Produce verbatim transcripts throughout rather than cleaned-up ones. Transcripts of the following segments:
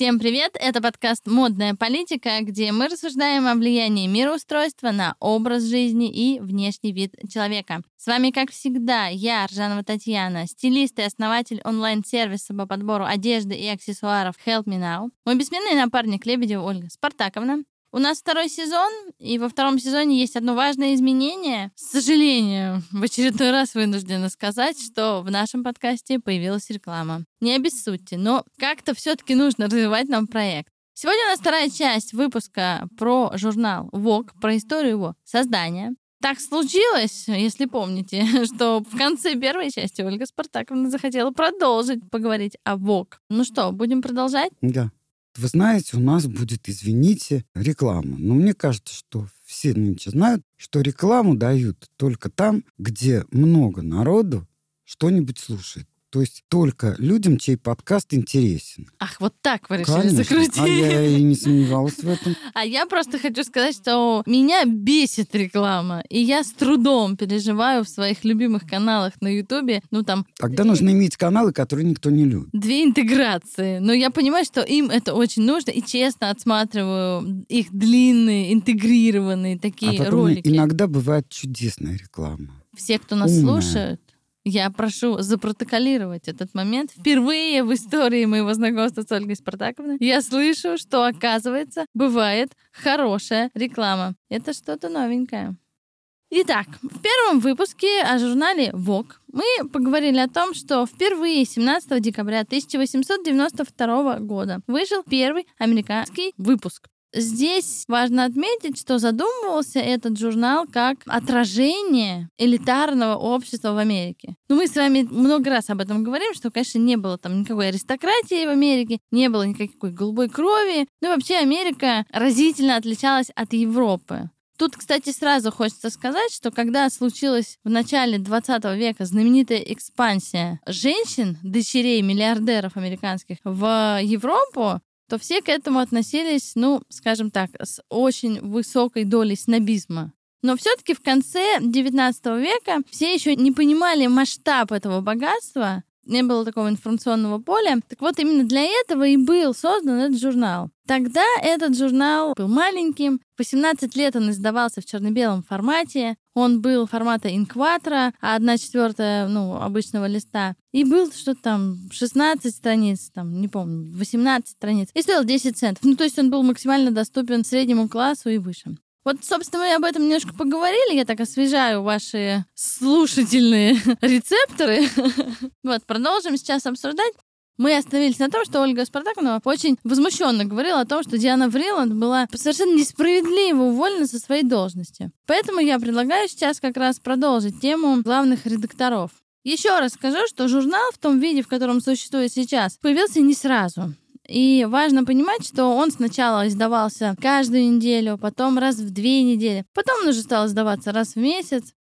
Всем привет! Это подкаст «Модная политика», где мы рассуждаем о влиянии мироустройства на образ жизни и внешний вид человека. С вами, как всегда, я, Ржанова Татьяна, стилист и основатель онлайн-сервиса по подбору одежды и аксессуаров Help Me Now. Мой бессменный напарник Лебедева Ольга Спартаковна. У нас второй сезон, и во втором сезоне есть одно важное изменение. К сожалению, в очередной раз вынуждена сказать, что в нашем подкасте появилась реклама. Не обессудьте, но как-то все-таки нужно развивать нам проект. Сегодня у нас вторая часть выпуска про журнал Vogue, про историю его создания. Так случилось, если помните, что в конце первой части Ольга Спартаковна захотела продолжить поговорить о Vogue. Ну что, будем продолжать? Да. Вы знаете, у нас будет, извините, реклама. Но мне кажется, что все нынче знают, что рекламу дают только там, где много народу что-нибудь слушает. То есть только людям, чей подкаст интересен. Ах, вот так вы решили Конечно. закрутить. А я и не сомневалась в этом. А я просто хочу сказать, что меня бесит реклама. И я с трудом переживаю в своих любимых каналах на Ютубе. Ну, там... Тогда нужно иметь каналы, которые никто не любит. Две интеграции. Но я понимаю, что им это очень нужно. И честно отсматриваю их длинные, интегрированные такие а потом ролики. Иногда бывает чудесная реклама. Все, кто нас Умная. слушают, я прошу запротоколировать этот момент. Впервые в истории моего знакомства с Ольгой Спартаковной я слышу, что, оказывается, бывает хорошая реклама. Это что-то новенькое. Итак, в первом выпуске о журнале Vogue мы поговорили о том, что впервые семнадцатого декабря тысяча восемьсот девяносто второго года вышел первый американский выпуск. Здесь важно отметить, что задумывался этот журнал как отражение элитарного общества в Америке. Ну, мы с вами много раз об этом говорим, что, конечно, не было там никакой аристократии в Америке, не было никакой голубой крови. Ну, вообще, Америка разительно отличалась от Европы. Тут, кстати, сразу хочется сказать, что когда случилась в начале двадцатого века знаменитая экспансия женщин, дочерей миллиардеров американских, в Европу, то все к этому относились, ну, скажем так, с очень высокой долей снобизма. Но все-таки в конце девятнадцатого века все еще не понимали масштаб этого богатства, не было такого информационного поля. Так вот, именно для этого и был создан этот журнал. Тогда этот журнал был маленьким. восемнадцать лет он издавался в черно-белом формате. Он был формата инкватора, а одна четвертая, ну, обычного листа. И был что-то там шестнадцать страниц, там, не помню, восемнадцать страниц. И стоил десять центов. Ну, то есть он был максимально доступен среднему классу и выше. Вот, собственно, мы об этом немножко поговорили. Я так освежаю ваши слушательные рецепторы. Вот, продолжим сейчас обсуждать. Мы остановились на том, что Ольга Спартаковна очень возмущенно говорила о том, что Диана Вриланд была совершенно несправедливо уволена со своей должности. Поэтому я предлагаю сейчас как раз продолжить тему главных редакторов. Еще раз скажу, что журнал в том виде, в котором существует сейчас, появился не сразу. И важно понимать, что он сначала издавался каждую неделю, потом раз в две недели. Потом он уже стал издаваться раз в месяц.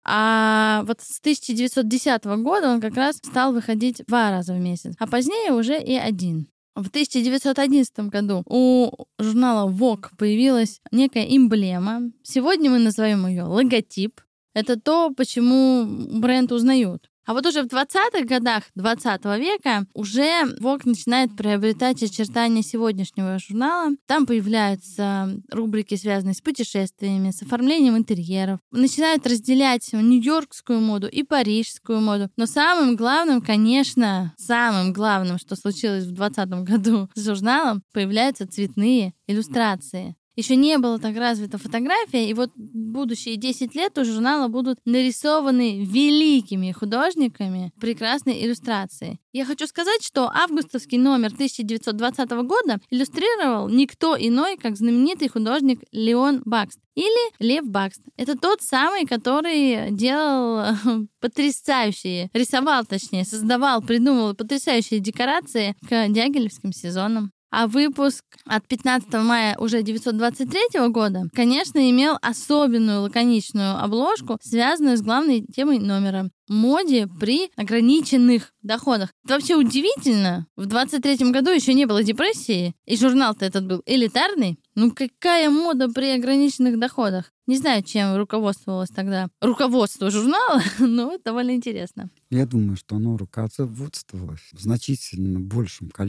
А вот с тысяча девятьсот десятого года он как раз стал выходить два раза в месяц. А позднее уже и один. В тысяча девятьсот одиннадцатом году у журнала Vogue появилась некая эмблема. Сегодня мы назовем ее логотип. Это то, почему бренд узнают. А вот уже в двадцатых годах двадцатого века уже Vogue начинает приобретать очертания сегодняшнего журнала. Там появляются рубрики, связанные с путешествиями, с оформлением интерьеров. Начинают разделять нью-йоркскую моду и парижскую моду. Но самым главным, конечно, самым главным, что случилось в двадцатом году с журналом, появляются цветные иллюстрации. Еще не было так развита фотография, и вот будущие десять лет у журнала будут нарисованы великими художниками прекрасные иллюстрации. Я хочу сказать, что августовский номер тысяча девятьсот двадцатого года иллюстрировал никто иной, как знаменитый художник Леон Бакст или Лев Бакст. Это тот самый, который делал потрясающие, рисовал, точнее, создавал, придумывал потрясающие декорации к дягилевским сезонам. А выпуск от пятнадцатого мая уже девятьсот двадцать третьего года, конечно, имел особенную лаконичную обложку, связанную с главной темой номера — моде при ограниченных доходах. Это вообще удивительно. В двадцать третьем году еще не было депрессии, и журнал-то этот был элитарный. Ну какая мода при ограниченных доходах? Не знаю, чем руководствовалось тогда руководство журнала, но это довольно интересно. Я думаю, что оно руководствовалось в значительно большем количестве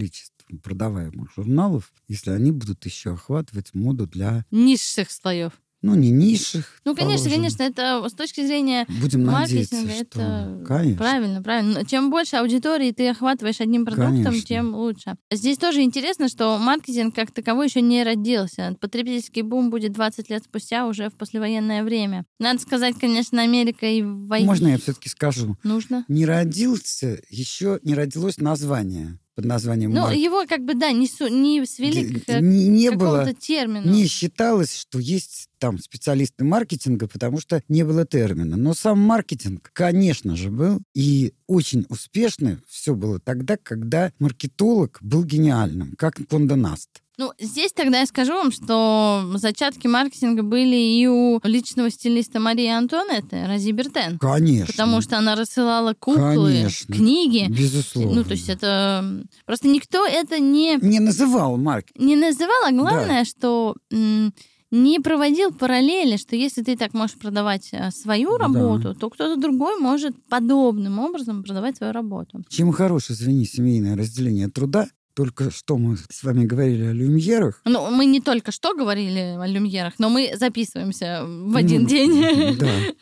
продаваемых журналов, если они будут еще охватывать моду для... Низших слоев. Ну, не низших. Ну, конечно, положим. конечно, это с точки зрения Будем маркетинга, надеяться, это что... Конечно. правильно, правильно. Чем больше аудитории ты охватываешь одним продуктом, Конечно. тем лучше. Здесь тоже интересно, что маркетинг как таковой еще не родился. Потребительский бум будет двадцать лет спустя, уже в послевоенное время. Надо сказать, конечно, Америка и война. Можно я все-таки скажу? Нужно. Не родился, еще не родилось название под названием Ну, маркетинг. его как бы, да, не, су- не свели к Д- не, не какому-то было, термину. не считалось, что есть там специалисты маркетинга, потому что не было термина. Но сам маркетинг, конечно же, был. И очень успешно все было тогда, когда маркетолог был гениальным, как Кондé Наст. Ну, здесь тогда я скажу вам, что зачатки маркетинга были и у личного стилиста Марии Антуанетты, Рози Бертен. Конечно. Потому что она рассылала куклы, Конечно. книги. Безусловно. Ну, то есть это... Просто никто это не, Не называл маркетинг. не называл, а главное, что м, не проводил параллели, что если ты так можешь продавать э, свою работу, то кто-то другой может подобным образом продавать свою работу. Чем хорош, извини, семейное разделение труда. Только что мы с вами говорили о люмьерах. Ну, мы не только что говорили о люмьерах, но мы записываемся в один Ну, день.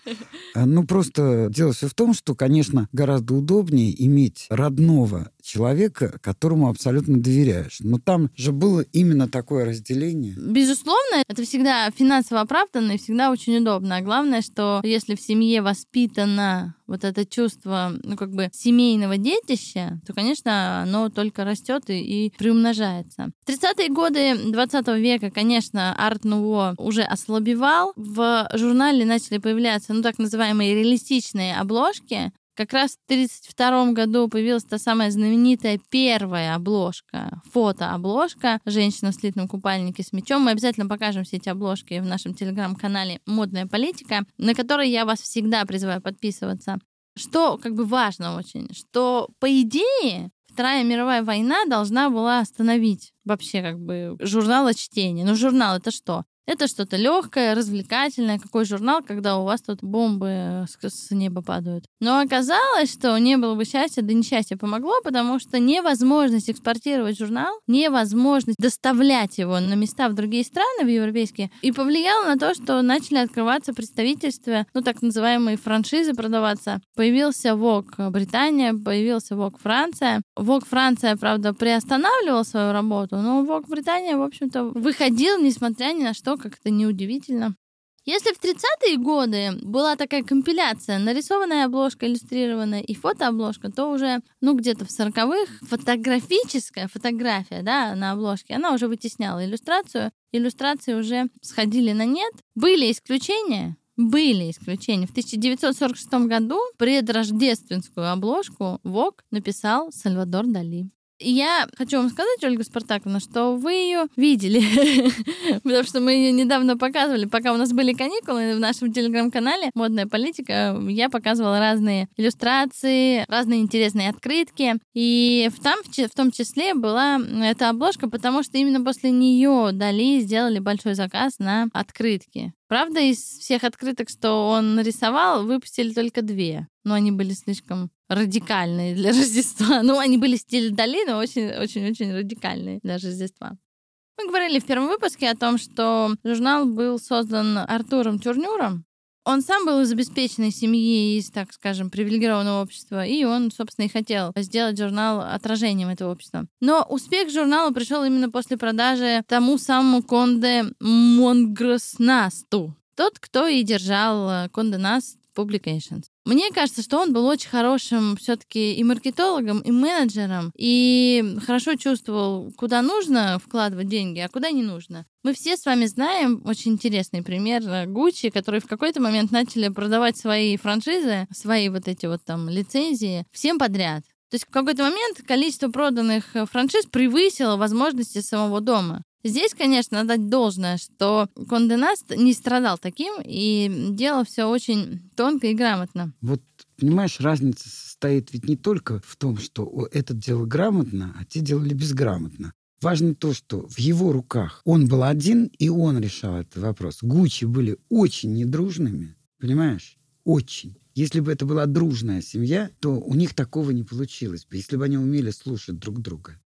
Да. Ну, просто дело все в том, что, конечно, гораздо удобнее иметь родного человека, которому абсолютно доверяешь. Но там же было именно такое разделение. Безусловно, это всегда финансово оправданно и всегда очень удобно. А главное, что если в семье воспитано вот это чувство, ну, как бы семейного детища, то, конечно, оно только растет и, и приумножается. В тридцатые годы двадцатого века, конечно, арт-нуво уже ослабевал. В журнале начали появляться, ну, так называемые реалистичные обложки. Как раз в тридцать втором году появилась та самая знаменитая первая обложка, фотообложка «Женщина в слитном купальнике с мечом». Мы обязательно покажем все эти обложки в нашем телеграм-канале «Модная политика», на который я вас всегда призываю подписываться. Что как бы важно очень, что по идее Вторая мировая война должна была остановить вообще как бы журналочтение. Но журнал — это что? Это что-то легкое, развлекательное. Какой журнал, когда у вас тут бомбы с, с неба падают? Но оказалось, что не было бы счастья, да несчастье помогло, потому что невозможность экспортировать журнал, невозможность доставлять его на места в другие страны, в европейские, и повлияло на то, что начали открываться представительства, ну, так называемые франшизы продаваться. Появился Vogue Британия, появился Vogue Франция. Vogue Франция, правда, приостанавливал свою работу, но Vogue Британия, в общем-то, выходил, несмотря ни на что, как это неудивительно. Если в тридцатые годы была такая компиляция, нарисованная обложка, иллюстрированная и фотообложка, то уже, ну, где-то в сороковых фотографическая фотография, да, на обложке, она уже вытесняла иллюстрацию. Иллюстрации уже сходили на нет. Были исключения, были исключения. В тысяча девятьсот сорок шестом году предрождественскую обложку Vogue написал Сальвадор Дали. И я хочу вам сказать, Ольга Спартаковна, что вы ее видели, потому что мы ее недавно показывали, пока у нас были каникулы в нашем телеграм-канале «Модная политика». Я показывала разные иллюстрации, разные интересные открытки. И там в том числе была эта обложка, потому что именно после нее Дали сделали большой заказ на открытки. Правда, из всех открыток, что он нарисовал, выпустили только две. Но они были слишком радикальные для Рождества. Ну, они были в стиле Дали, но очень-очень-очень радикальные для Рождества. Мы говорили в первом выпуске о том, что журнал был создан Артуром Тюрнюром. Он сам был из обеспеченной семьи, из, так скажем, привилегированного общества, и он, собственно, и хотел сделать журнал отражением этого общества. Но успех журнала пришел именно после продажи тому самому Конде Монгрснасту. Тот, кто и держал Конде Наст Publications. Мне кажется, что он был очень хорошим все-таки и маркетологом, и менеджером, и хорошо чувствовал, куда нужно вкладывать деньги, а куда не нужно. Мы все с вами знаем очень интересный пример Gucci, которые в какой-то момент начали продавать свои франшизы, свои вот эти вот там лицензии всем подряд. То есть в какой-то момент количество проданных франшиз превысило возможности самого дома. Здесь, конечно, надо дать должное, что Конде Наст не страдал таким и делал все очень тонко и грамотно. Вот, понимаешь, разница состоит ведь не только в том, что этот делал грамотно, а те делали безграмотно. Важно то, что в его руках он был один, и он решал этот вопрос. Гуччи были очень недружными, понимаешь? Очень. Если бы это была дружная семья, то у них такого не получилось бы, если бы они умели слушать друг друга.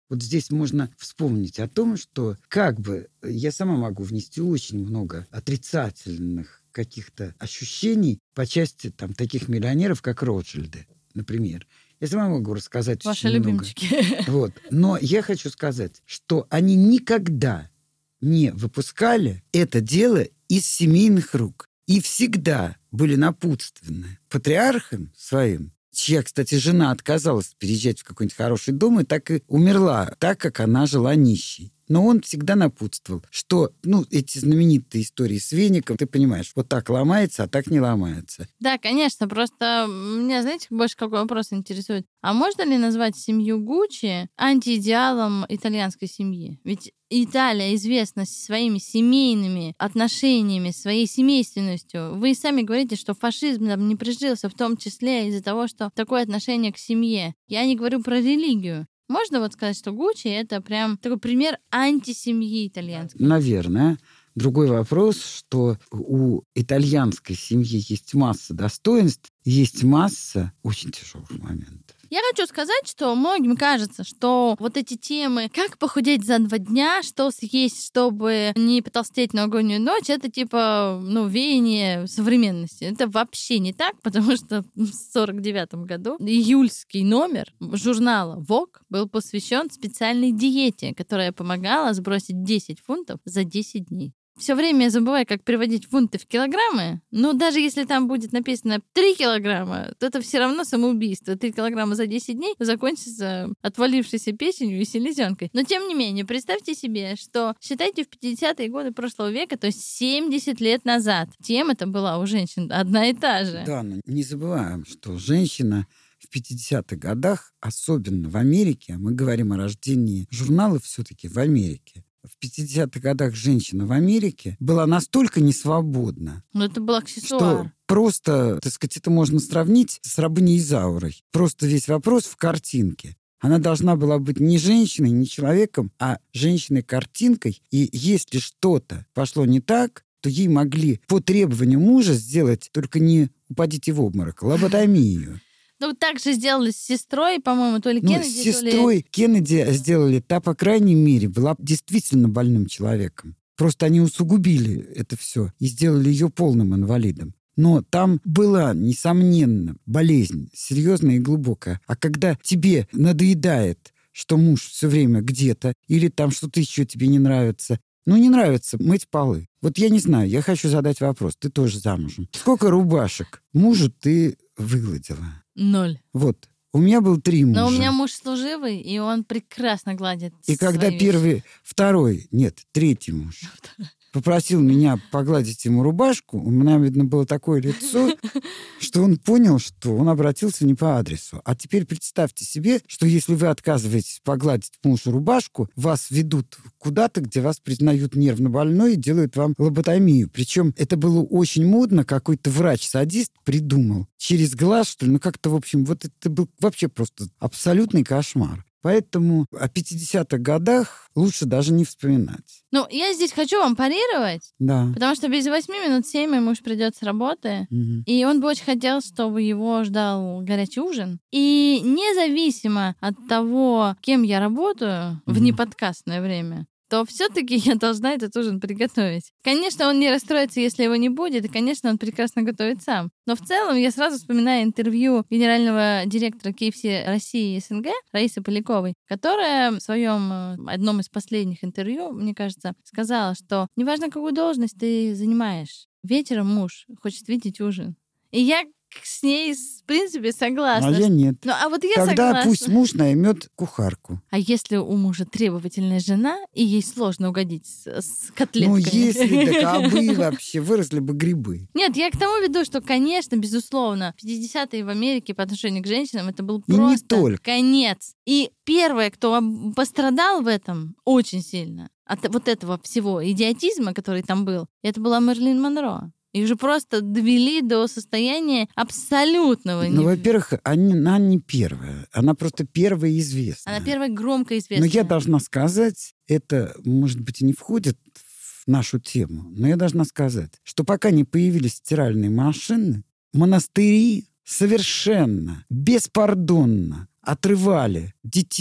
Вот здесь можно вспомнить о том, что как бы я сама могу внести очень много отрицательных каких-то ощущений по части там, таких миллионеров, как Ротшильды, например. Я сама могу рассказать Ваши очень любимчики. много. Вот. Но я хочу сказать, что они никогда не выпускали это дело из семейных рук. И всегда были напутственны патриархом своим, чья, кстати, жена отказалась переезжать в какой-нибудь хороший дом и так и умерла, так как она жила нищей. Но он всегда напутствовал, что, ну, эти знаменитые истории с веником, ты понимаешь, вот так ломается, а так не ломается. Да, конечно, просто меня, знаете, больше какой вопрос интересует. А можно ли назвать семью Гуччи антиидеалом итальянской семьи? Ведь Италия известна своими семейными отношениями, своей семейственностью. Вы сами говорите, что фашизм там не прижился, в том числе из-за того, что такое отношение к семье. Я не говорю про религию. Можно вот сказать, что Гуччи — это прям такой пример антисемьи итальянской? Наверное. Другой вопрос, что у итальянской семьи есть масса достоинств, есть масса очень тяжелых моментов. Я хочу сказать, что многим кажется, что вот эти темы «как похудеть за два дня», «что съесть, чтобы не потолстеть на новогоднюю ночь», это типа, ну, веяние современности. Это вообще не так, потому что в сорок девятом году июльский номер журнала Vogue был посвящен специальной диете, которая помогала сбросить десять фунтов за десять дней. Все время я забываю, как переводить фунты в килограммы, но даже если там будет написано три килограмма, то это все равно самоубийство. три килограмма за десять дней закончится отвалившейся печенью и селезенкой. Но тем не менее, представьте себе, что считайте в пятидесятые годы прошлого века, то есть семьдесят лет назад, тема-то была у женщин одна и та же. Да, но не забываем, что женщина в пятидесятых годах, особенно в Америке, мы говорим о рождении журнала все-таки в Америке, в пятидесятых годах женщина в Америке была настолько несвободна, Но это был аксессуар. что просто, так сказать, это можно сравнить с рабыней Изаурой. Просто весь вопрос в картинке. Она должна была быть не женщиной, не человеком, а женщиной-картинкой. И если что-то пошло не так, то ей могли по требованию мужа сделать, только не упадите в обморок, лоботомию. Ну, так же сделали с сестрой, по-моему, то ли Ну, Кеннеди, с сестрой то ли... Кеннеди сделали. Та, по крайней мере, была действительно больным человеком. Просто они усугубили это все и сделали ее полным инвалидом. Но там была, несомненно, болезнь серьезная и глубокая. А когда тебе надоедает, что муж все время где-то, или там что-то еще тебе не нравится, ну, не нравится мыть полы. Вот я не знаю, я хочу задать вопрос. Ты тоже замужем. Сколько рубашек мужу ты выгладила? Ноль. Вот. У меня был три мужа. Но у меня муж служивый, и он прекрасно гладит И когда свои первый, вещи. второй, нет, третий муж попросил меня погладить ему рубашку, у меня, видно, было такое лицо, что он понял, что он обратился не по адресу. А теперь представьте себе, что если вы отказываетесь погладить мужу рубашку, вас ведут куда-то, где вас признают нервно больной и делают вам лоботомию. Причем это было очень модно, какой-то врач-садист придумал. Через глаз, что ли, ну как-то, в общем, вот это был вообще просто абсолютный кошмар. Поэтому о пятидесятых годах лучше даже не вспоминать. Ну, я здесь хочу вам парировать, Да. потому что без восьми минут семь мой муж придет с работы, Мгм. и он бы очень хотел, чтобы его ждал горячий ужин. И независимо от того, кем я работаю в Мгм. неподкастное время, то все-таки я должна этот ужин приготовить. Конечно, он не расстроится, если его не будет, и, конечно, он прекрасно готовит сам. Но в целом я сразу вспоминаю интервью генерального директора кей эф си России и эс эн гэ Раисы Поляковой, которая в своем э, одном из последних интервью, мне кажется, сказала, что неважно, какую должность ты занимаешь, вечером муж хочет видеть ужин. И я с ней, в принципе, согласна. А я нет. Ну, а вот я Тогда согласна. пусть муж наймет кухарку. А если у мужа требовательная жена, и ей сложно угодить с, с Ну, котлетками? если да кабы вообще выросли бы грибы. Нет, я к тому веду, что, конечно, безусловно, пятидесятые в Америке по отношению к женщинам это был И не просто только. конец. И первое, кто об- пострадал в этом очень сильно, от вот этого всего идиотизма, который там был, это была Мерлин Монро. Их же просто довели до состояния абсолютного... Ну, не- во-первых, они- она не первая. Она просто первая известная. Она первая громко Но известная. я должна сказать, это, может быть, и не входит в нашу тему, но я должна сказать, что пока не появились стиральные машины, монастыри совершенно беспардонно отрывали детей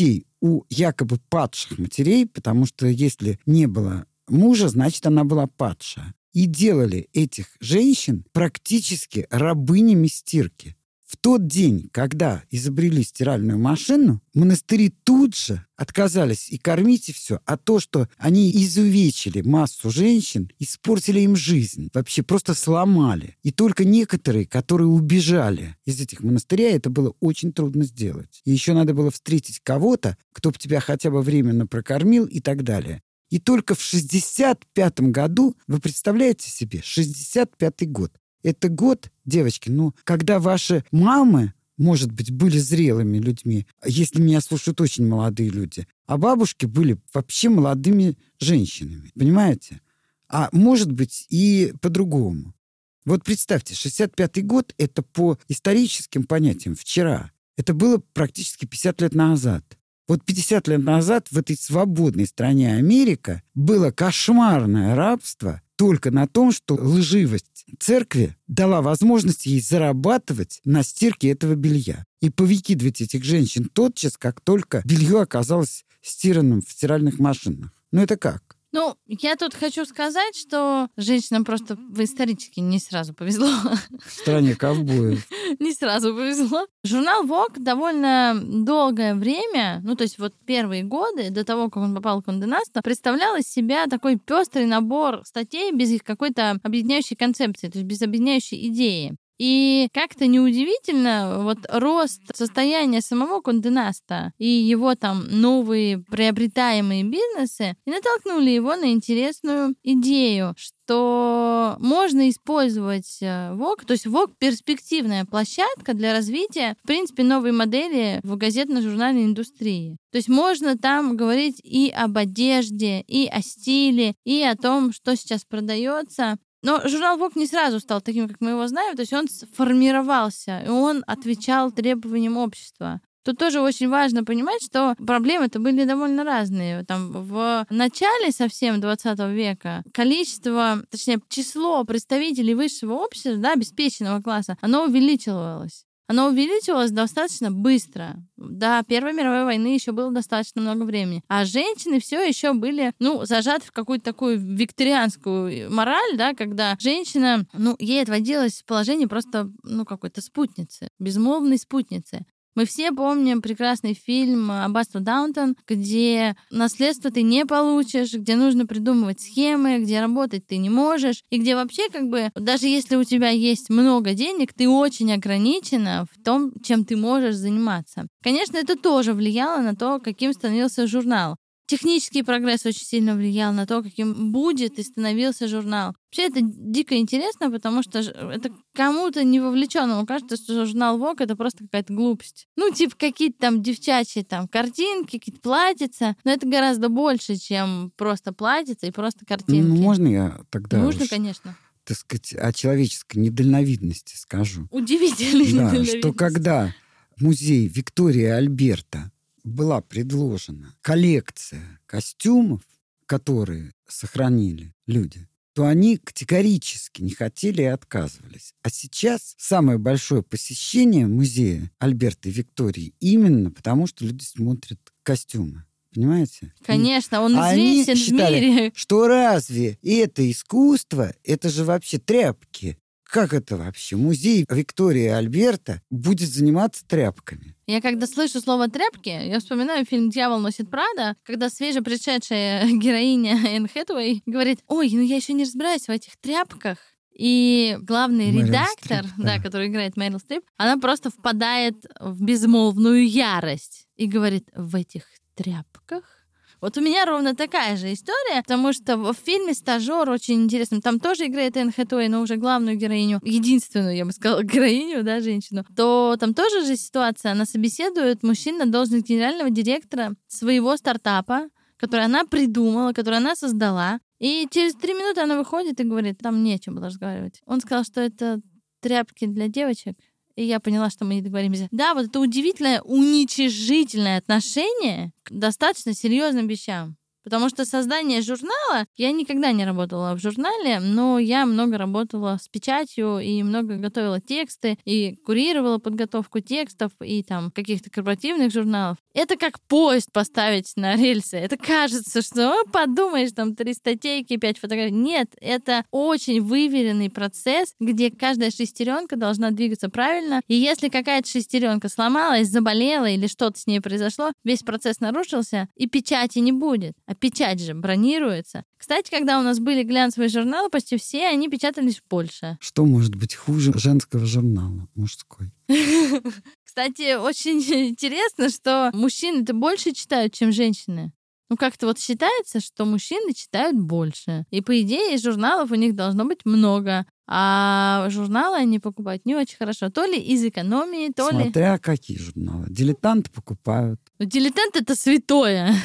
у якобы падших матерей, потому что если не было мужа, значит, она была падшая. И делали этих женщин практически рабынями стирки. В тот день, когда изобрели стиральную машину, монастыри тут же отказались и кормить, и все. А то, что они изувечили массу женщин, испортили им жизнь, вообще просто сломали. И только некоторые, которые убежали из этих монастырей, это было очень трудно сделать. И еще надо было встретить кого-то, кто бы тебя хотя бы временно прокормил и так далее. И только в шестьдесят пятом году, вы представляете себе, шестьдесят пятый год, это год, девочки, ну, когда ваши мамы, может быть, были зрелыми людьми, если меня слушают очень молодые люди, а бабушки были вообще молодыми женщинами, понимаете? А может быть и по-другому. Вот представьте, шестьдесят пятый год — это по историческим понятиям вчера. Это было практически пятьдесят лет назад. Вот пятьдесят лет назад в этой свободной стране Америка было кошмарное рабство только на том, что лживость церкви дала возможность ей зарабатывать на стирке этого белья и повыкидывать этих женщин тотчас, как только белье оказалось стиранным в стиральных машинах. Ну это как? Ну, я тут хочу сказать, что женщинам просто исторически не сразу повезло. В стране ковбоев. Не сразу повезло. Журнал Vogue довольно долгое время, ну, то есть вот первые годы, до того, как он попал в Кондé Nast, представлял из себя такой пестрый набор статей без их какой-то объединяющей концепции, то есть без объединяющей идеи. И как-то неудивительно, вот рост состояния самого Кондé Nast и его там новые приобретаемые бизнесы и натолкнули его на интересную идею, что можно использовать Vogue, то есть Vogue — перспективная площадка для развития, в принципе, новой модели в газетно-журнальной индустрии. То есть можно там говорить и об одежде, и о стиле, и о том, что сейчас продается. Но журнал Vogue не сразу стал таким, как мы его знаем, то есть он сформировался, и он отвечал требованиям общества. Тут тоже очень важно понимать, что проблемы-то были довольно разные. Там, в начале совсем двадцатого века количество, точнее, число представителей высшего общества, да, обеспеченного класса, оно увеличивалось. Оно увеличивалось достаточно быстро. До Первой мировой войны еще было достаточно много времени. А женщины все еще были, ну, зажаты в какую-то такую викторианскую мораль, да, когда женщина, ну, ей отводилось положение просто, ну, какой-то спутницы, безмолвной спутницы. Мы все помним прекрасный фильм «Аббатство Даунтон», где наследство ты не получишь, где нужно придумывать схемы, где работать ты не можешь, и где вообще как бы даже если у тебя есть много денег, ты очень ограничена в том, чем ты можешь заниматься. Конечно, это тоже влияло на то, каким становился журнал. Технический прогресс очень сильно влиял на то, каким будет и становился журнал. Вообще это дико интересно, потому что это кому-то невовлеченному кажется, что журнал Vogue — это просто какая-то глупость. Ну, типа какие-то там девчачьи там картинки, какие-то платьица. Но это гораздо больше, чем просто платьица и просто картинки. Ну, можно я тогда Нужно, уж, конечно. так сказать, о человеческой недальновидности скажу? Удивительно. Да, что когда в музей Виктории и Альберта была предложена коллекция костюмов, которые сохранили люди, то они категорически не хотели и отказывались. А сейчас самое большое посещение музея Альберта и Виктории именно потому, что люди смотрят костюмы. Понимаете? Конечно, он Они известен считали, в мире. что разве это искусство, это же вообще тряпки. Как это вообще? Музей Виктории и Альберта будет заниматься тряпками. Я когда слышу слово «тряпки», я вспоминаю фильм «Дьявол носит Прада», когда свежепришедшая героиня Энн Хэтэуэй говорит: «Ой, ну я еще не разбираюсь в этих тряпках». И главный Мэрил редактор, Стрип, да, да. который играет Мэрил Стрип, она просто впадает в безмолвную ярость и говорит: «В этих тряпках?» Вот у меня ровно такая же история, потому что в фильме «Стажёр» очень интересно. Там тоже играет Энн Хэтэуэй, но уже главную героиню, единственную, я бы сказала, героиню, да, женщину. То там тоже же ситуация. Она собеседует мужчин на должность генерального директора своего стартапа, который она придумала, который она создала. И через три минуты она выходит и говорит: там не о чем было разговаривать. Он сказал, что это тряпки для девочек. И я поняла, что мы не договоримся. Да, вот это удивительное, уничижительное отношение к достаточно серьезным вещам. Потому что создание журнала, я никогда не работала в журнале, но я много работала с печатью и много готовила тексты, и курировала подготовку текстов и там каких-то корпоративных журналов. Это как поезд поставить на рельсы. Это кажется, что о, подумаешь, там три статейки, пять фотографий. Нет, это очень выверенный процесс, где каждая шестеренка должна двигаться правильно. И если какая-то шестеренка сломалась, заболела или что-то с ней произошло, весь процесс нарушился, и печати не будет. А печать же бронируется. Кстати, когда у нас были глянцевые журналы, почти все они печатались в Польше. Что может быть хуже женского журнала, мужской? Кстати, очень интересно, что мужчины-то больше читают, чем женщины. Ну, как-то вот считается, что мужчины читают больше. И, по идее, журналов у них должно быть много. А журналы они покупают не очень хорошо. То ли из экономии, то Смотря ли... Смотря какие журналы. Дилетанты покупают. Дилетант — это святое.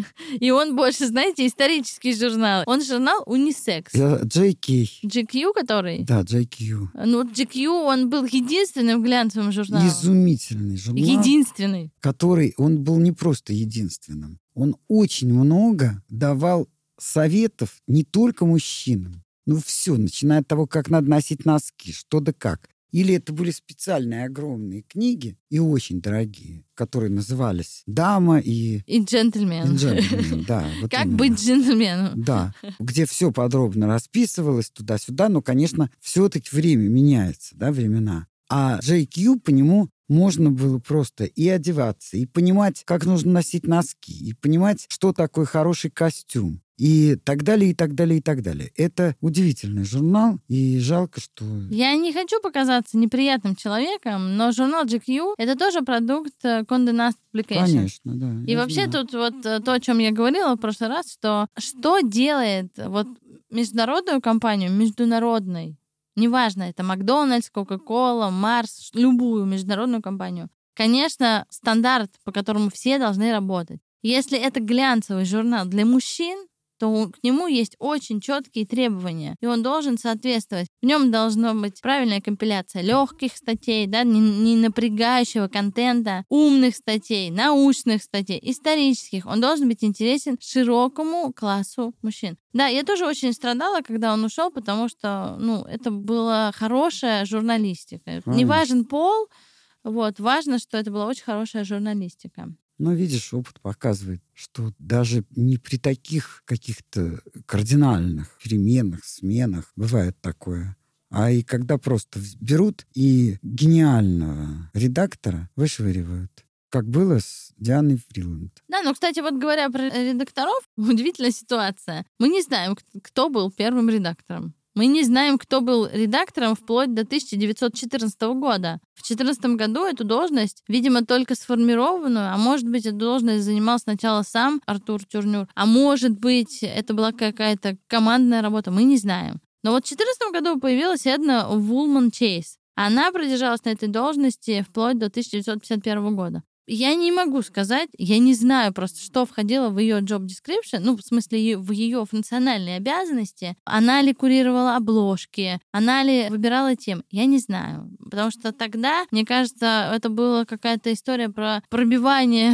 И он больше, знаете, исторический журнал. Он журнал унисекс. джей кей. джи кью, который? Да, джей кью. Ну, джи кью, он был единственным глянцевым журналом. Изумительный журнал. Единственный. Который, он был не просто единственным. Он очень много давал советов не только мужчинам. Ну, все, начиная от того, как надо носить носки, что да как. Или это были специальные огромные книги, и очень дорогие, которые назывались «Дама» и... И «Джентльмен». И «Джентльмен», да. Вот как именно. быть джентльменом. Да, где все подробно расписывалось туда-сюда, но, конечно, все-таки время меняется, да, времена. А джей кью, по нему можно было просто и одеваться, и понимать, как нужно носить носки, и понимать, что такое хороший костюм. И так далее, и так далее, и так далее. Это удивительный журнал, и жалко, что... Я не хочу показаться неприятным человеком, но журнал джи кью — это тоже продукт Condé Nast Publication. Конечно, да. И вообще знаю. тут вот то, о чем я говорила в прошлый раз, что что делает вот международную компанию международной, неважно, это Макдональдс, Кока-Кола, Марс, любую международную компанию, конечно, стандарт, по которому все должны работать. Если это глянцевый журнал для мужчин, то к нему есть очень четкие требования, и он должен соответствовать. В нем должна быть правильная компиляция легких статей, да, не, не напрягающего контента, умных статей, научных статей, исторических. Он должен быть интересен широкому классу мужчин. Да, я тоже очень страдала, когда он ушел, потому что, ну, это была хорошая журналистика. Не важен пол, вот, важно, что это была очень хорошая журналистика. Но, видишь, опыт показывает, что даже не при таких каких-то кардинальных переменах, сменах бывает такое. А и когда просто берут и гениального редактора вышвыривают. Как было с Дианой Фриланд. Да, ну, кстати, вот говоря про редакторов, удивительная ситуация. Мы не знаем, кто был первым редактором. Мы не знаем, кто был редактором вплоть до тысяча девятьсот четырнадцатого года. В две тысячи четырнадцатом году эту должность, видимо, только сформированную, а может быть, эту должность занимал сначала сам Артур Тюрнюр, а может быть, это была какая-то командная работа, мы не знаем. Но вот в две тысячи четырнадцатом году появилась Эдна Вулман Чейз. Она продержалась на этой должности вплоть до тысяча девятьсот пятьдесят первого года. Я не могу сказать, я не знаю просто, что входило в ее job description, ну, в смысле, в ее функциональные обязанности. Она ли курировала обложки, она ли выбирала темы, я не знаю. Потому что тогда, мне кажется, это была какая-то история про пробивание,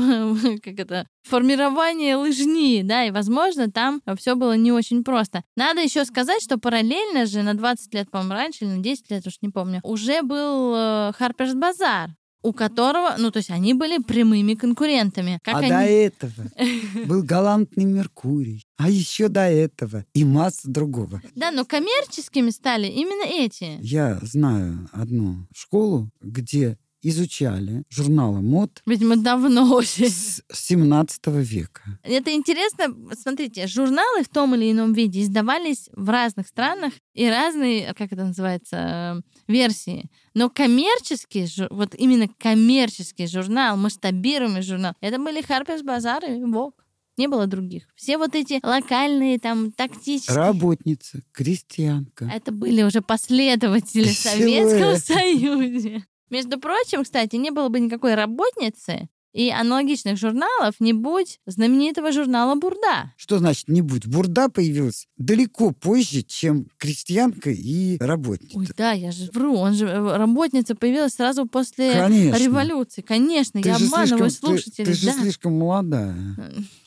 как это, формирование лыжни, да, и, возможно, там все было не очень просто. Надо еще сказать, что параллельно же на двадцать лет, по-моему, раньше, или на десять лет, уж не помню, уже был Harper's Bazaar, у которого, ну, то есть они были прямыми конкурентами. Как а они... до этого был галантный Меркурий. А еще до этого и масса другого. Да, но коммерческими стали именно эти. Я знаю одну школу, где изучали журналы мод. Видимо, давно уже. С семнадцатого века. Это интересно. Смотрите, журналы в том или ином виде издавались в разных странах и разные, как это называется, версии. Но коммерческий, вот именно коммерческий журнал, масштабируемый журнал, это были Harper's Bazaar и Vogue. Не было других. Все вот эти локальные, там, тактические... Работница, крестьянка. Это были уже последователи в Советском Союзе. Между прочим, кстати, не было бы никакой работницы и аналогичных журналов, не будь знаменитого журнала «Бурда». Что значит «не будь»? «Бурда» появилась далеко позже, чем крестьянка и работница. Ой, да, я же вру. Он же, работница появилась сразу после Конечно. революции. Конечно, ты я обманываю слишком, слушателей. Ты, ты же да. слишком молодая.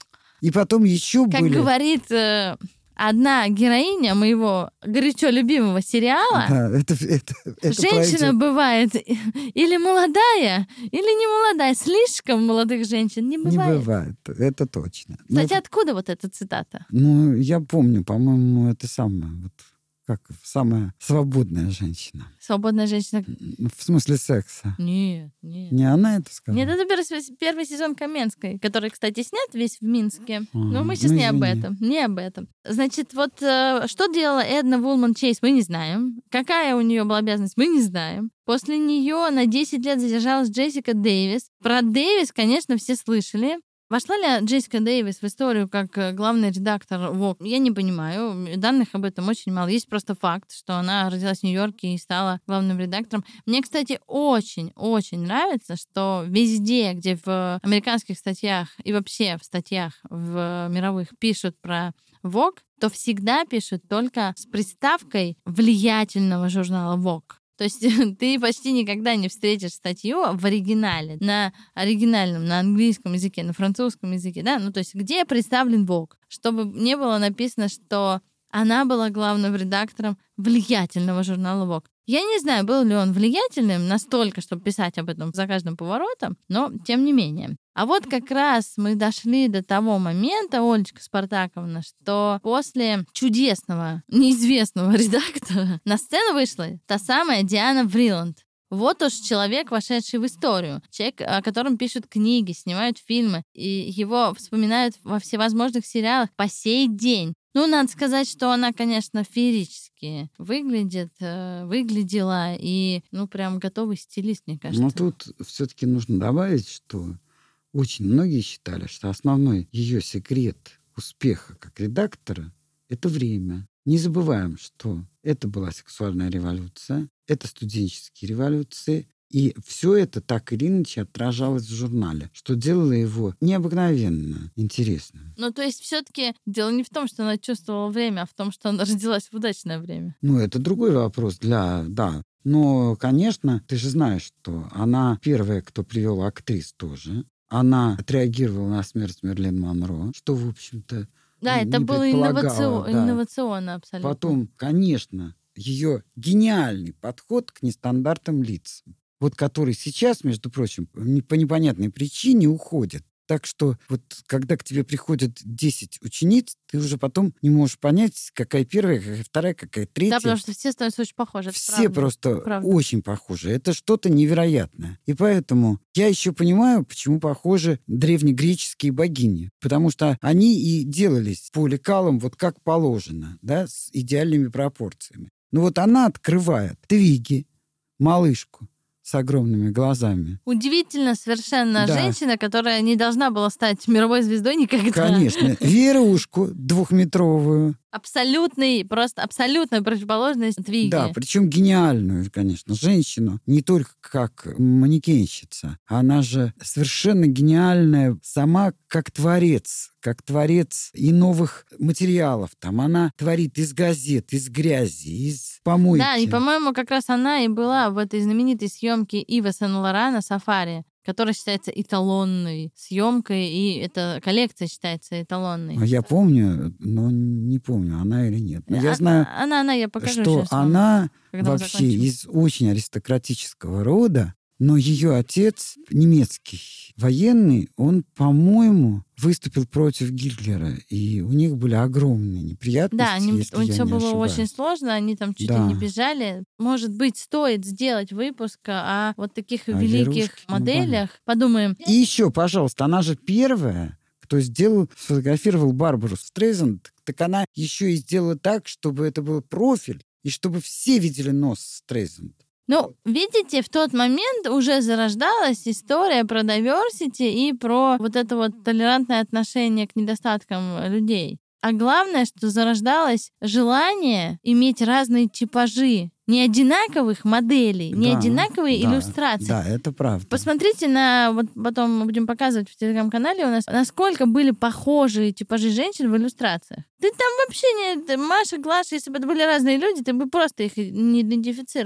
И потом еще Как были... говорит э, одна героиня моего горячо любимого сериала, Да, это, это, это женщина пройдет. бывает или молодая, или не молодая. Слишком молодых женщин не Не бывает. бывает, это точно. Ну, Кстати, откуда вот эта цитата? ну, я помню, по-моему, это самое, вот, как самая свободная женщина. Свободная женщина. В смысле секса. Нет, нет. Не она это сказала? Нет, это первый, первый сезон Каменской, который, кстати, снят весь в Минске. А, Но мы сейчас ну, не об извини. этом. Не об этом. Значит, вот э, что делала Эдна Вулман Чейз, мы не знаем. Какая у нее была обязанность, мы не знаем. После нее на десять лет задержалась Джессика Дэвис. Про Дэвис, конечно, все слышали. Вошла ли Джессика Дэвис в историю как э, главный редактор Vogue? Я не понимаю. Данных об этом очень мало. Есть просто факт, что она родилась в Нью-Йорке и стала главным редактором. Мне, кстати, очень-очень нравится, что везде, где в американских статьях и вообще в статьях в мировых пишут про Vogue, то всегда пишут только с приставкой влиятельного журнала Vogue. То есть ты почти никогда не встретишь статью в оригинале, на оригинальном, на английском языке, на французском языке, да, ну то есть где представлен Vogue, чтобы не было написано, что она была главным редактором влиятельного журнала Vogue. Я не знаю, был ли он влиятельным настолько, чтобы писать об этом за каждым поворотом, но тем не менее. А вот как раз мы дошли до того момента, Олечка Спартаковна, что после чудесного, неизвестного редактора на сцену вышла та самая Диана Вриланд. Вот уж человек, вошедший в историю. Человек, о котором пишут книги, снимают фильмы, и его вспоминают во всевозможных сериалах по сей день. Ну, надо сказать, что она, конечно, феерически выглядит, э, выглядела, и, ну, прям готовый стилист, мне кажется. Но тут все-таки нужно добавить, что очень многие считали, что основной ее секрет успеха как редактора — это время. Не забываем, что это была сексуальная революция, это студенческие революции, и все это так или иначе отражалось в журнале, что делало его необыкновенно интересным. Ну, то есть все-таки дело не в том, что она чувствовала время, а в том, что она родилась в удачное время. Ну, это другой вопрос для... Да. Но, конечно, ты же знаешь, что она первая, кто привел актрис тоже. Она отреагировала на смерть Мерлин Монро, что, в общем-то, Да, не это было инновацион... предполагала, да. инновационно абсолютно. Потом, конечно, ее гениальный подход к нестандартным лицам, вот который сейчас, между прочим, не- по непонятной причине уходит. Так что вот когда к тебе приходят десять учениц, ты уже потом не можешь понять, какая первая, какая вторая, какая третья. Да, потому что все становятся очень похожи. это Все правда. просто правда. очень похожи. Это что-то невероятное. И поэтому я еще понимаю, почему похожи древнегреческие богини. Потому что они и делались по лекалам вот как положено, да, с идеальными пропорциями. Но вот она открывает Твиги, малышку с огромными глазами. Удивительно совершенно Да. женщина, которая не должна была стать мировой звездой никогда. Конечно. Верушку двухметровую. Абсолютный, просто абсолютная противоположность Твиги. Да, причем гениальную, конечно, женщину. Не только как манекенщица. Она же совершенно гениальная сама как творец. Как творец и новых материалов. Там она творит из газет, из грязи, из помойки. Да, и, по-моему, как раз она и была в этой знаменитой съемке Ива Сен-Лорана «Сафари», которая считается эталонной съемкой, и эта коллекция считается эталонной. А я помню, но не помню, она или нет. Но я А- знаю, Она, она, я покажу что сейчас вам, она когда мы вообще закончим. из очень аристократического рода, но ее отец, немецкий военный, он, по-моему, выступил против Гитлера, и у них были огромные неприятности, Да, они, если у них я все не было ошибаюсь. очень сложно, они там чуть ли Да. не бежали. Может быть, стоит сделать выпуск о вот таких О великих Верушке, ну, моделях. Подумаем. И еще, пожалуйста, она же первая, кто сделал, сфотографировал Барбару Стрейзанд, так она еще и сделала так, чтобы это был профиль, и чтобы все видели нос Стрейзанд. Ну, видите, в тот момент уже зарождалась история про diversity и про вот это вот толерантное отношение к недостаткам людей. А главное, что зарождалось желание иметь разные типажи. Не одинаковых моделей, не Да, одинаковые да, иллюстрации. Да, это правда. Посмотрите на, вот потом мы будем показывать в телеграм-канале у нас, насколько были похожие типажи женщин в иллюстрациях. Ты там вообще не... Маша, Глаша, если бы это были разные люди, ты бы просто их не идентифицировал.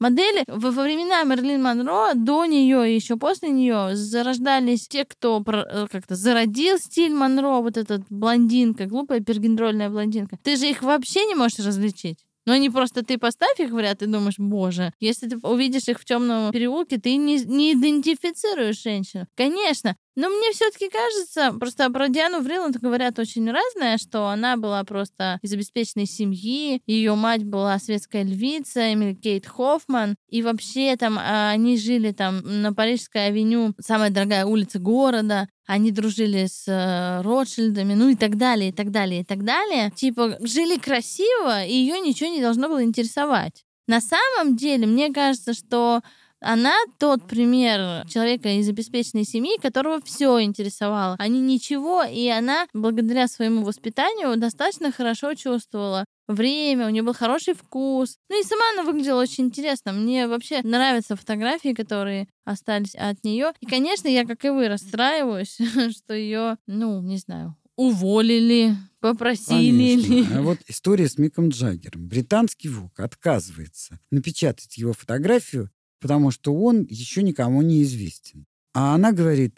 Модели во, во времена Мэрилин Монро, до нее и еще после нее зарождались те, кто про, как-то зародил стиль Монро, вот этот блондинка, глупая пергендрольная блондинка. Ты же их вообще не можешь различить. Но они просто, ты поставь их в ряд и думаешь, боже, если ты увидишь их в темном переулке, ты не, не идентифицируешь женщину. Конечно, но мне все-таки кажется, просто про Диану Вриланд говорят очень разное, что она была просто из обеспеченной семьи, ее мать была светская львица, Эмили Кейт Хоффман, и вообще там они жили там на Парижской авеню, самая дорогая улица города, они дружили с э, Ротшильдами, ну и так далее, и так далее, и так далее. Типа, жили красиво, и ее ничего не должно было интересовать. На самом деле, мне кажется, что она тот пример человека из обеспеченной семьи, которого все интересовало, а не ничего, и она, благодаря своему воспитанию, достаточно хорошо чувствовала время, у нее был хороший вкус. Ну и сама она выглядела очень интересно. Мне вообще нравятся фотографии, которые остались от нее. И, конечно, я, как и вы, расстраиваюсь, что ее, ну, не знаю, уволили, попросили. Конечно. А вот история с Миком Джаггером. Британский Vogue отказывается напечатать его фотографию, потому что он еще никому не известен. А она говорит,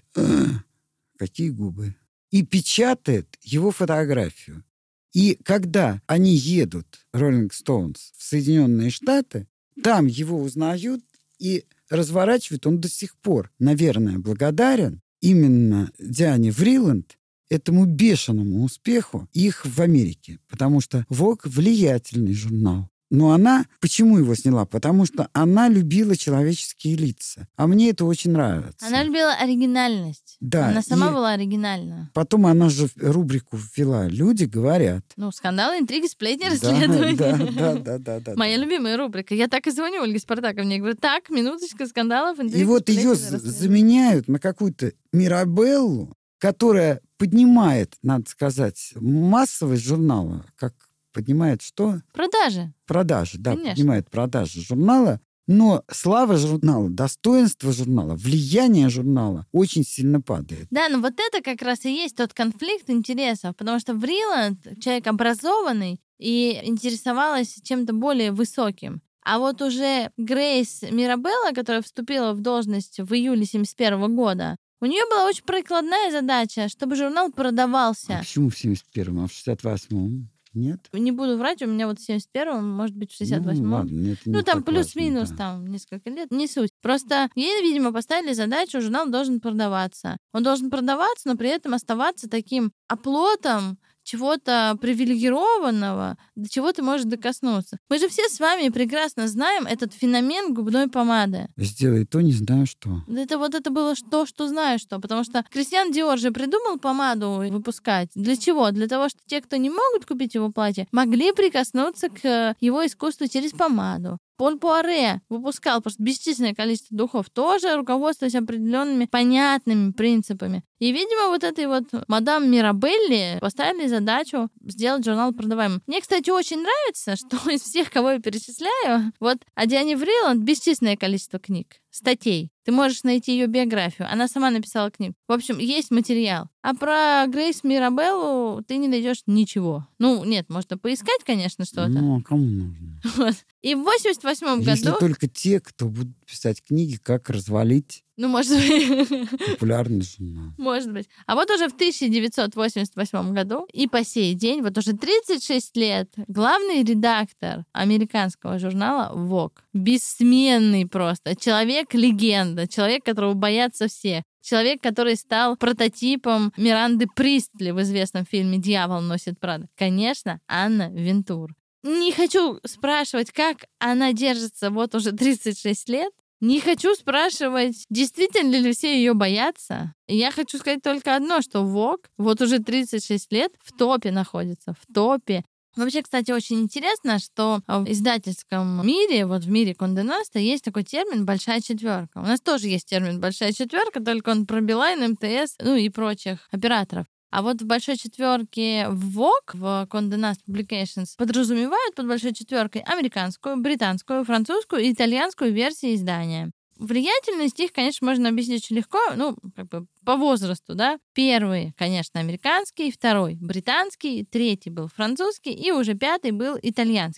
какие губы. И печатает его фотографию. И когда они едут, Rolling Stones, в Соединенные Штаты, там его узнают и разворачивают. Он до сих пор, наверное, благодарен именно Диане Вриланд, этому бешеному успеху их в Америке. Потому что Vogue влиятельный журнал. Но она, почему его сняла? Потому что она любила человеческие лица. А мне это очень нравится. Она любила оригинальность. Да. Она сама была оригинальна. Потом она же рубрику ввела «Люди говорят». Ну, скандалы, интриги, сплетни, расследования. Да, да, да, да, да. Моя любимая рубрика. Я так и звоню Ольге Спартаковне. Я говорю, так, минуточка скандалов, интриг, И вот ее заменяют на какую-то Мирабеллу, которая поднимает, надо сказать, массовость журнала, как поднимает что? Продажи. Продажи, да, Конечно. поднимает продажи журнала. Но слава журнала, достоинство журнала, влияние журнала очень сильно падает. Да, но вот это как раз и есть тот конфликт интересов, потому что Вриланд человек образованный и интересовалась чем-то более высоким. А вот уже Грейс Мирабелла, которая вступила в должность в июле семьдесят первого года, у нее была очень прикладная задача, чтобы журнал продавался. А почему в семьдесят первом, а в шестьдесят восьмом? Нет? Не буду врать, у меня вот в семьдесят первом, может быть, в шестьдесят восьмом. Ну, ладно, это ну не там так плюс-минус, важно, да. там несколько лет, не суть. Просто ей, видимо, поставили задачу, журнал должен продаваться. Он должен продаваться, но при этом оставаться таким оплотом чего-то привилегированного, до чего ты можешь докоснуться. Мы же все с вами прекрасно знаем этот феномен губной помады. Сделай то, не знаю что. Это вот это было то, что знаю что. Потому что Кристиан Диор же придумал помаду выпускать. Для чего? Для того, что те, кто не могут купить его платье, могли прикоснуться к его искусству через помаду. Поль Пуаре выпускал просто бесчисленное количество духов, тоже руководствуясь определенными понятными принципами. И, видимо, вот этой вот мадам Мирабелли поставили задачу сделать журнал продаваемым. Мне, кстати, очень нравится, что из всех, кого я перечисляю, вот о Диане Вриланд бесчисленное количество книг, статей. Ты можешь найти ее биографию. Она сама написала книгу. В общем, есть материал. А про Грейс Мирабеллу ты не найдешь ничего. Ну, нет, можно поискать, конечно, что-то. Ну, а кому нужно? Вот. И в восемьдесят восьмом году... Если только те, кто будут писать книги, как развалить Ну, может быть. популярный журнал. Может быть. А вот уже в тысяча девятьсот восемьдесят восьмом году и по сей день, вот уже тридцать шесть лет, главный редактор американского журнала Vogue. Бессменный просто. Человек-легенда. Человек, которого боятся все. Человек, который стал прототипом Миранды Пристли в известном фильме «Дьявол носит Прада». Конечно, Анна Винтур. Не хочу спрашивать, как она держится вот уже тридцать шесть лет. Не хочу спрашивать, действительно ли все ее боятся. Я хочу сказать только одно, что Vogue вот уже тридцать шесть лет в топе находится, в топе. Вообще, кстати, очень интересно, что в издательском мире, вот в мире Кондé Наста, есть такой термин «большая четверка». У нас тоже есть термин «большая четверка», только он про Билайн, эм тэ эс, ну и прочих операторов. А вот в большой четверке в Vogue, в Condé Nast Publications, подразумевают под большой четверкой американскую, британскую, французскую и итальянскую версии издания. Влиятельность их, конечно, можно объяснить очень легко, ну, как бы по возрасту, да. Первый, конечно, американский, второй британский, третий был французский и уже пятый был итальянский.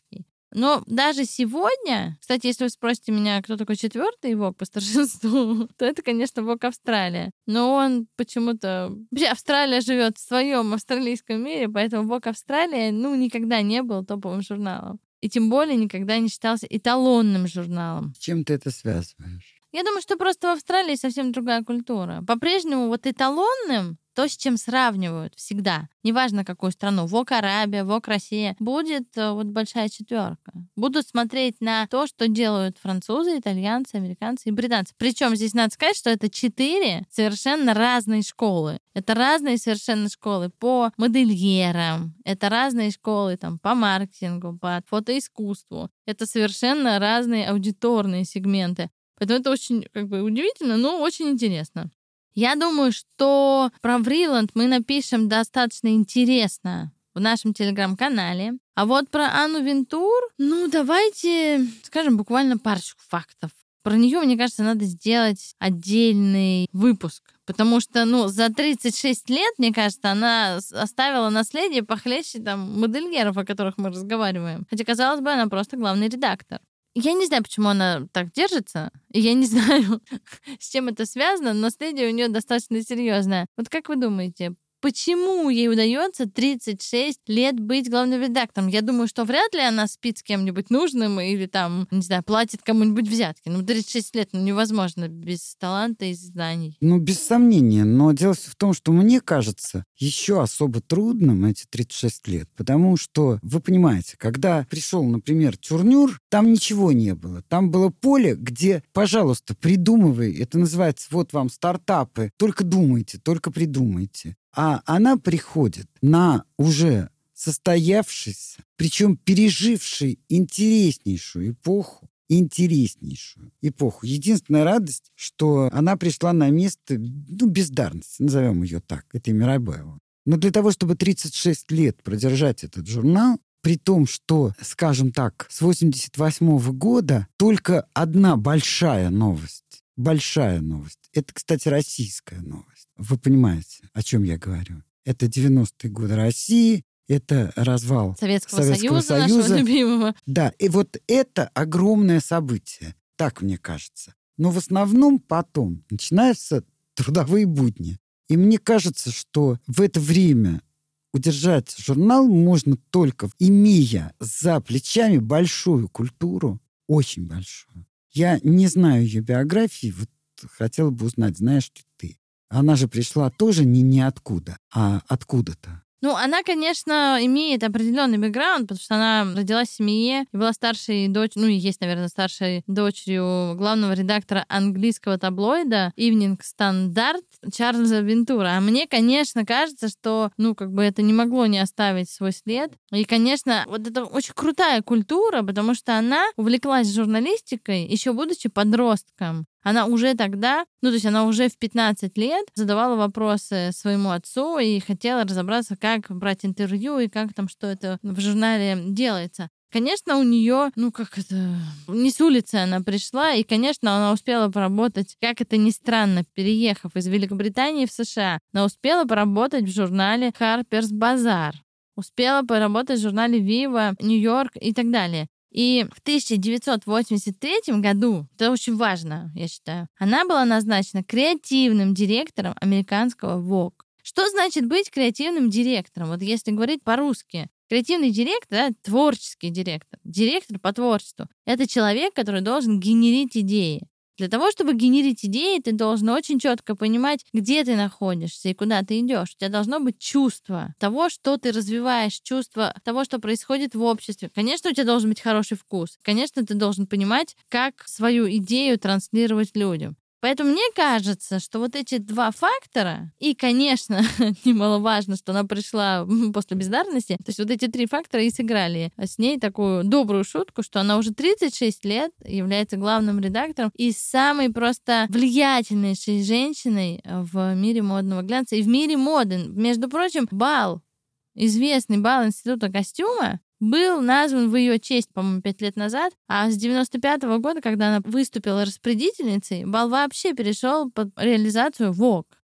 Но даже сегодня, кстати, если вы спросите меня, кто такой четвертый Vogue по старшинству, то это, конечно, Vogue Австралия. Но он почему-то... Вообще, Австралия живет в своем австралийском мире, поэтому Vogue Австралия, ну, никогда не был топовым журналом. И тем более никогда не считался эталонным журналом. С чем ты это связываешь? Я думаю, что просто в Австралии совсем другая культура. По-прежнему вот эталонным, то, с чем сравнивают всегда, неважно какую страну, Vogue Арабия, Vogue Россия, будет вот большая четверка. Будут смотреть на то, что делают французы, итальянцы, американцы и британцы. Причем здесь надо сказать, что это четыре совершенно разные школы. Это разные совершенно школы по модельерам, это разные школы там, по маркетингу, по фотоискусству. Это совершенно разные аудиторные сегменты. Поэтому это очень как бы удивительно, но очень интересно. Я думаю, что про Vreeland мы напишем достаточно интересно в нашем телеграм-канале. А вот про Анну Винтур, ну, давайте скажем буквально парочку фактов. Про нее, мне кажется, надо сделать отдельный выпуск. Потому что, ну, за тридцать шесть лет, мне кажется, она оставила наследие похлеще там модельеров, о которых мы разговариваем. Хотя, казалось бы, она просто главный редактор. Я не знаю, почему она так держится, и я не знаю, с чем это связано, но наследие у нее достаточно серьезное. Вот как вы думаете, почему ей удается тридцать шесть лет быть главным редактором? Я думаю, что вряд ли она спит с кем-нибудь нужным или там, не знаю, платит кому-нибудь взятки. Ну, тридцать шесть лет, ну, невозможно без таланта и знаний. Ну, без сомнения. Но дело в том, что мне кажется еще особо трудным эти тридцать шесть лет. Потому что, вы понимаете, когда пришел, например, Турнюр, там ничего не было. Там было поле, где, пожалуйста, придумывай. Это называется вот вам стартапы. Только думайте, только придумайте. А она приходит на уже состоявшийся, причем переживший интереснейшую эпоху, интереснейшую эпоху. Единственная радость, что она пришла на место, ну, бездарности, назовем ее так, это Мирабаева. Но для того, чтобы тридцать шесть лет продержать этот журнал, при том, что, скажем так, с восемьдесят восьмого года только одна большая новость, большая новость. Это, кстати, российская новость. Вы понимаете, о чем я говорю? Это девяностые годы России, это развал Советского, Советского Союза, Союза, нашего любимого. Да, и вот это огромное событие, так мне кажется. Но в основном потом начинаются трудовые будни. И мне кажется, что в это время удержать журнал можно только имея за плечами большую культуру, очень большую. Я не знаю ее биографии, вот хотела бы узнать, знаешь ли ты. Она же пришла тоже не ниоткуда, а откуда-то. Ну, она, конечно, имеет определенный бэкграунд, потому что она родилась в семье и была старшей дочерью, ну и есть, наверное, старшей дочерью главного редактора английского таблоида Evening Standard Чарльза Винтура. А мне, конечно, кажется, что, ну, как бы это не могло не оставить свой след. И, конечно, вот это очень крутая культура, потому что она увлеклась журналистикой, еще будучи подростком. Она уже тогда, ну, то есть она уже в пятнадцать лет задавала вопросы своему отцу и хотела разобраться, как брать интервью и как там, что это в журнале делается. Конечно, у нее, ну, как это, не с улицы она пришла, и, конечно, она успела поработать, как это ни странно, переехав из Великобритании в США, она успела поработать в журнале Harper's Bazaar, успела поработать в журнале Viva, Нью-Йорк и так далее. И в тысяча девятьсот восемьдесят третьем году, это очень важно, я считаю, она была назначена креативным директором американского Vogue. Что значит быть креативным директором? Вот если говорить по-русски. Креативный директор, да, творческий директор, директор по творчеству. Это человек, который должен генерить идеи. Для того, чтобы генерить идеи, ты должен очень четко понимать, где ты находишься и куда ты идешь. У тебя должно быть чувство того, что ты развиваешь, чувство того, что происходит в обществе. Конечно, у тебя должен быть хороший вкус. Конечно, ты должен понимать, как свою идею транслировать людям. Поэтому мне кажется, что вот эти два фактора, и, конечно, немаловажно, что она пришла после бездарности, то есть вот эти три фактора и сыграли с ней такую добрую шутку, что она уже тридцать шесть лет является главным редактором и самой просто влиятельнейшей женщиной в мире модного глянца и в мире моды. Между прочим, бал, известный бал Института костюма, был назван в ее честь, по-моему, пять лет назад, а с девяносто пятого года, когда она выступила распорядительницей, бал вообще перешел под реализацию Vogue.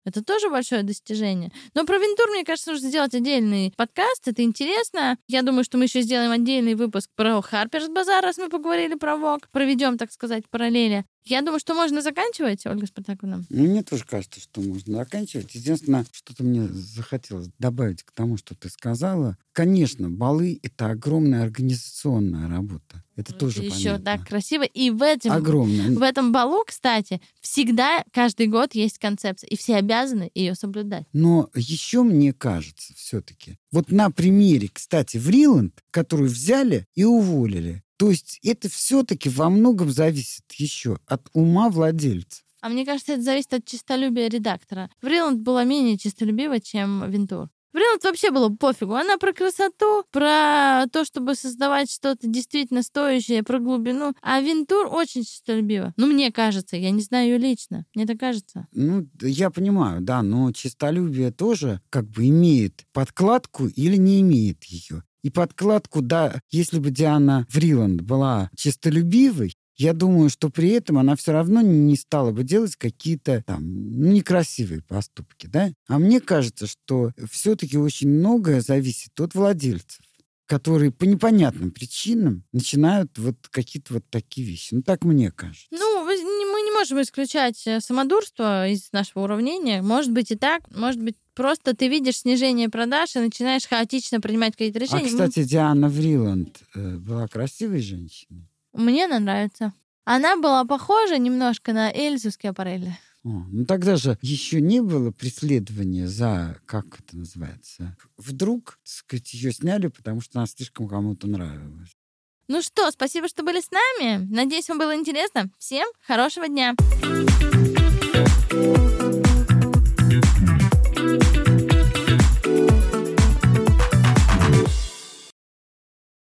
Это тоже большое достижение. Но про Вентур, мне кажется, нужно сделать отдельный подкаст. Это интересно. Я думаю, что мы еще сделаем отдельный выпуск про Harper's Bazaar, раз мы поговорили про Vogue. Проведем, так сказать, параллели. Я думаю, что можно заканчивать, Ольга Спартаковна. Мне тоже кажется, что можно заканчивать. Единственное, что-то мне захотелось добавить к тому, что ты сказала. Конечно, балы — это огромная организационная работа. Это Вот тоже еще понятно. так красиво. И в этом, Огромная. в этом балу, кстати, всегда каждый год есть концепция, и все обязаны ее соблюдать. Но еще мне кажется все-таки, вот на примере, кстати, Vreeland, которую взяли и уволили, то есть это все-таки во многом зависит еще от ума владельца. А мне кажется, это зависит от честолюбия редактора. Vreeland была менее честолюбива, чем Вентур. Vreeland вообще было пофигу. Она про красоту, про то, чтобы создавать что-то действительно стоящее, про глубину. А Вентур очень честолюбива. Ну, мне кажется. Я не знаю ее лично. Мне так кажется. Ну, я понимаю, да, но честолюбие тоже как бы имеет подкладку или не имеет ее. И подкладку, да, если бы Диана Vreeland была честолюбивой, я думаю, что при этом она все равно не стала бы делать какие-то там ну, некрасивые поступки, да? А мне кажется, что все-таки очень многое зависит от владельцев, которые по непонятным причинам начинают вот какие-то вот такие вещи. Ну, так мне кажется. Ну, мы не можем исключать самодурство из нашего уравнения. Может быть и так, может быть просто ты видишь снижение продаж и начинаешь хаотично принимать какие-то решения. А, кстати, Диана Vreeland э, была красивой женщиной. Мне она нравится. Она была похожа немножко на Эльзу Скиапарелли. О, ну тогда же еще не было преследования за, как это называется, вдруг, так сказать, ее сняли, потому что она слишком кому-то нравилась. Ну что, спасибо, что были с нами. Надеюсь, вам было интересно. Всем хорошего дня.